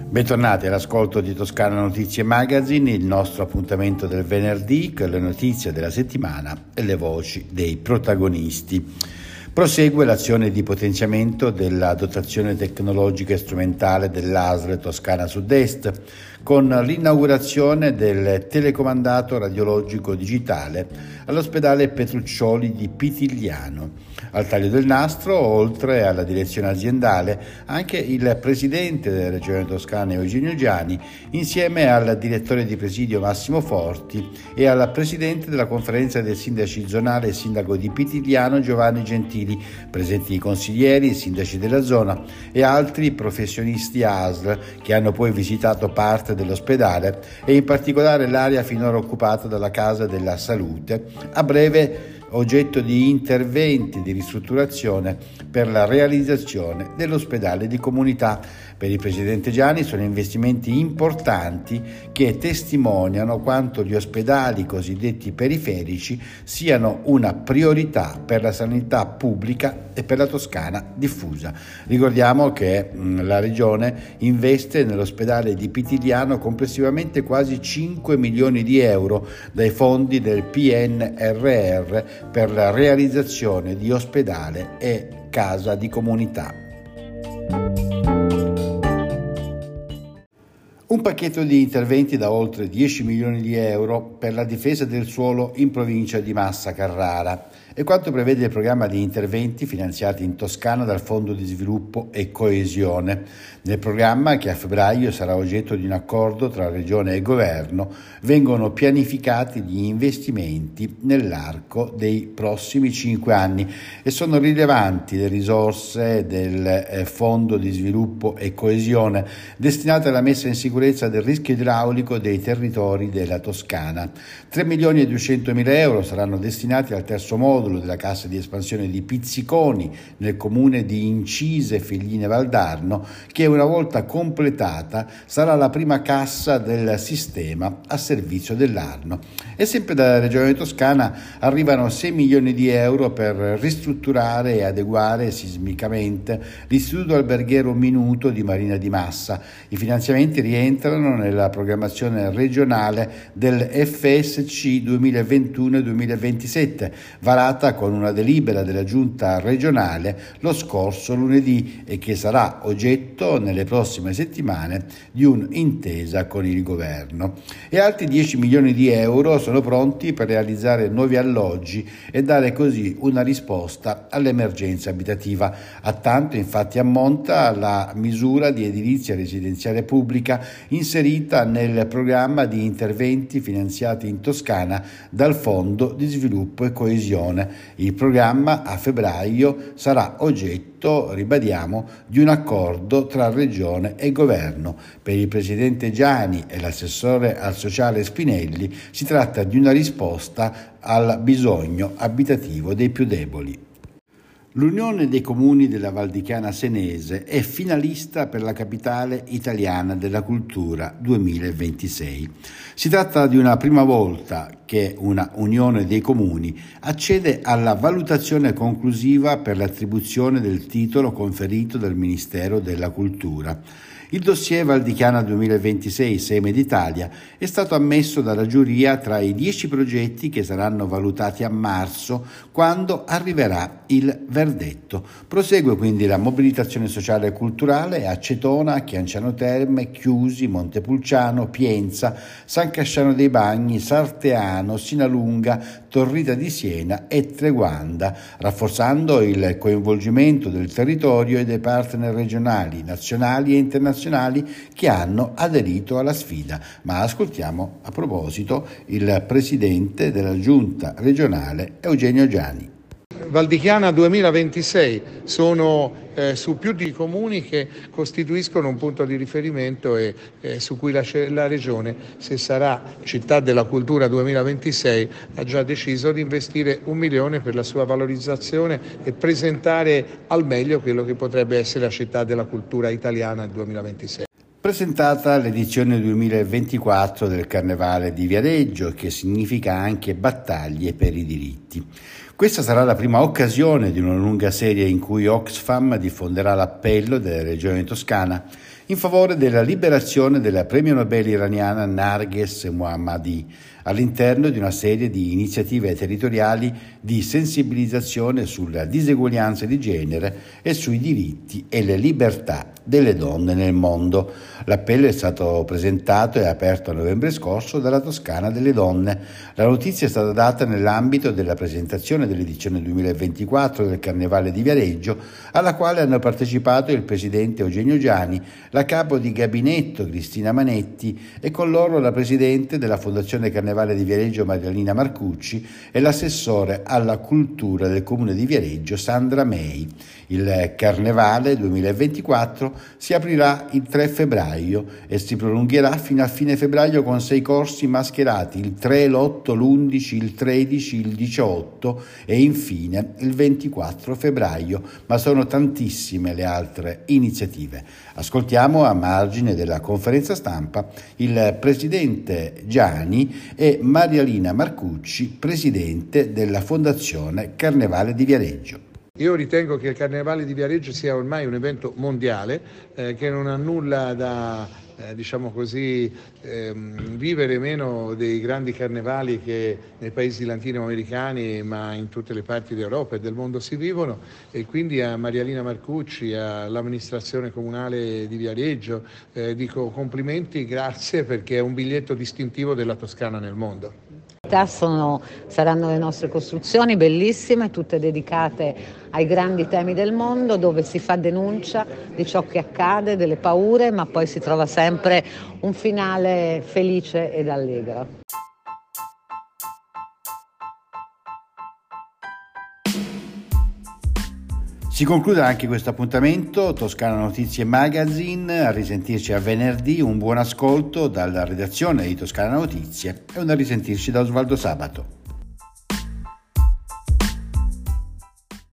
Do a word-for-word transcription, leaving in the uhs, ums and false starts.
Bentornati all'ascolto di Toscana Notizie Magazine, il nostro appuntamento del venerdì con le notizie della settimana e le voci dei protagonisti. Prosegue l'azione di potenziamento della dotazione tecnologica e strumentale dell'A S L Toscana Sud-Est con l'inaugurazione del telecomandato radiologico digitale all'ospedale Petruccioli di Pitigliano. Al taglio del nastro, oltre alla direzione aziendale, anche il presidente della Regione Toscana Eugenio Giani, insieme al direttore di presidio Massimo Forti e al presidente della conferenza dei sindaci zonale e sindaco di Pitigliano Giovanni Gentili, presenti i consiglieri, i sindaci della zona e altri professionisti A S L che hanno poi visitato parte dell'ospedale e in particolare l'area finora occupata dalla Casa della Salute, a breve oggetto di interventi di ristrutturazione per la realizzazione dell'ospedale di comunità. Per il presidente Giani sono investimenti importanti che testimoniano quanto gli ospedali cosiddetti periferici siano una priorità per la sanità pubblica e per la Toscana diffusa. Ricordiamo che mh, la Regione investe nell'ospedale di Pitigliano complessivamente quasi cinque milioni di euro dai fondi del P N R R per la realizzazione di ospedale e casa di comunità. Un pacchetto di interventi da oltre dieci milioni di euro per la difesa del suolo in provincia di Massa Carrara è quanto prevede il programma di interventi finanziati in Toscana dal Fondo di Sviluppo e Coesione. Nel programma, che a febbraio sarà oggetto di un accordo tra Regione e Governo, vengono pianificati gli investimenti nell'arco dei prossimi cinque anni e sono rilevanti le risorse del Fondo di Sviluppo e Coesione destinate alla messa in sicurezza del rischio idraulico dei territori della Toscana. tre milioni e duecentomila euro saranno destinati al terzo modulo della cassa di espansione di Pizziconi nel comune di Incise Figline Valdarno, che una volta completata sarà la prima cassa del sistema a servizio dell'Arno. E sempre dalla Regione Toscana arrivano sei milioni di euro per ristrutturare e adeguare sismicamente l'istituto alberghiero Minuto di Marina di Massa. I finanziamenti rientrano nella programmazione regionale del F S C duemilaventuno duemilaventisette, varata con una delibera della Giunta regionale lo scorso lunedì e che sarà oggetto nelle prossime settimane di un'intesa con il governo. E altri dieci milioni di euro sono pronti per realizzare nuovi alloggi e dare così una risposta all'emergenza abitativa. A tanto infatti ammonta la misura di edilizia residenziale pubblica inserita nel programma di interventi finanziati in Toscana dal Fondo di Sviluppo e Coesione. Il programma a febbraio sarà oggetto, ribadiamo, di un accordo tra Regione e Governo. Per il presidente Giani e l'assessore al sociale Spinelli si tratta di una risposta al bisogno abitativo dei più deboli. L'Unione dei Comuni della Val di Chiana Senese è finalista per la Capitale Italiana della Cultura duemilaventisei. Si tratta di una prima volta che una Unione dei Comuni accede alla valutazione conclusiva per l'attribuzione del titolo conferito dal Ministero della Cultura. Il dossier Val di Chiana duemilaventisei Seme d'Italia è stato ammesso dalla giuria tra i dieci progetti che saranno valutati a marzo, quando arriverà il verdetto. Prosegue quindi la mobilitazione sociale e culturale a Cetona, Chianciano Terme, Chiusi, Montepulciano, Pienza, San Casciano dei Bagni, Sarteano, Sinalunga, Torrita di Siena e Treguanda, rafforzando il coinvolgimento del territorio e dei partner regionali, nazionali e internazionali che hanno aderito alla sfida. Ma ascoltiamo a proposito il presidente della giunta regionale Eugenio Giani. Val di Chiana duemilaventisei sono eh, su più di comuni che costituiscono un punto di riferimento e eh, su cui la, la Regione, se sarà Città della Cultura duemilaventisei, ha già deciso di investire un milione per la sua valorizzazione e presentare al meglio quello che potrebbe essere la Città della Cultura italiana duemilaventisei. Presentata l'edizione duemilaventiquattro del Carnevale di Viareggio, che significa anche battaglie per i diritti. Questa sarà la prima occasione di una lunga serie in cui Oxfam diffonderà l'appello della Regione Toscana in favore della liberazione della premio Nobel iraniana Narges Mohammadi, all'interno di una serie di iniziative territoriali di sensibilizzazione sulla diseguaglianza di genere e sui diritti e le libertà delle donne nel mondo. L'appello è stato presentato e aperto a novembre scorso dalla Toscana delle Donne. La notizia è stata data nell'ambito della presentazione dell'edizione duemilaventiquattro del Carnevale di Viareggio, alla quale hanno partecipato il presidente Eugenio Giani, la capo di gabinetto Cristina Manetti e con loro la presidente della Fondazione Carnevale di Viareggio Marialina Marcucci e l'assessore alla cultura del comune di Viareggio Sandra May. Il Carnevale duemilaventiquattro si aprirà il tre febbraio e si prolungherà fino a fine febbraio con sei corsi mascherati, il tre, l'otto, l'undici, il tredici, il diciotto e infine il ventiquattro febbraio, ma sono tantissime le altre iniziative. Ascoltiamo a margine della conferenza stampa il presidente Giani e Marialina Marcucci, presidente della Fondazione Carnevale di Viareggio. Io ritengo che il Carnevale di Viareggio sia ormai un evento mondiale eh, che non ha nulla da, eh, diciamo così, ehm, vivere meno dei grandi carnevali che nei paesi latinoamericani, ma in tutte le parti d'Europa e del mondo si vivono, e quindi a Marialina Marcucci, all'amministrazione comunale di Viareggio, eh, dico complimenti, grazie, perché è un biglietto distintivo della Toscana nel mondo. Sono, saranno le nostre costruzioni bellissime, tutte dedicate ai grandi temi del mondo, dove si fa denuncia di ciò che accade, delle paure, ma poi si trova sempre un finale felice ed allegro. Si conclude anche questo appuntamento, Toscana Notizie Magazine, a risentirci a venerdì, un buon ascolto dalla redazione di Toscana Notizie e un a risentirci da Osvaldo Sabato.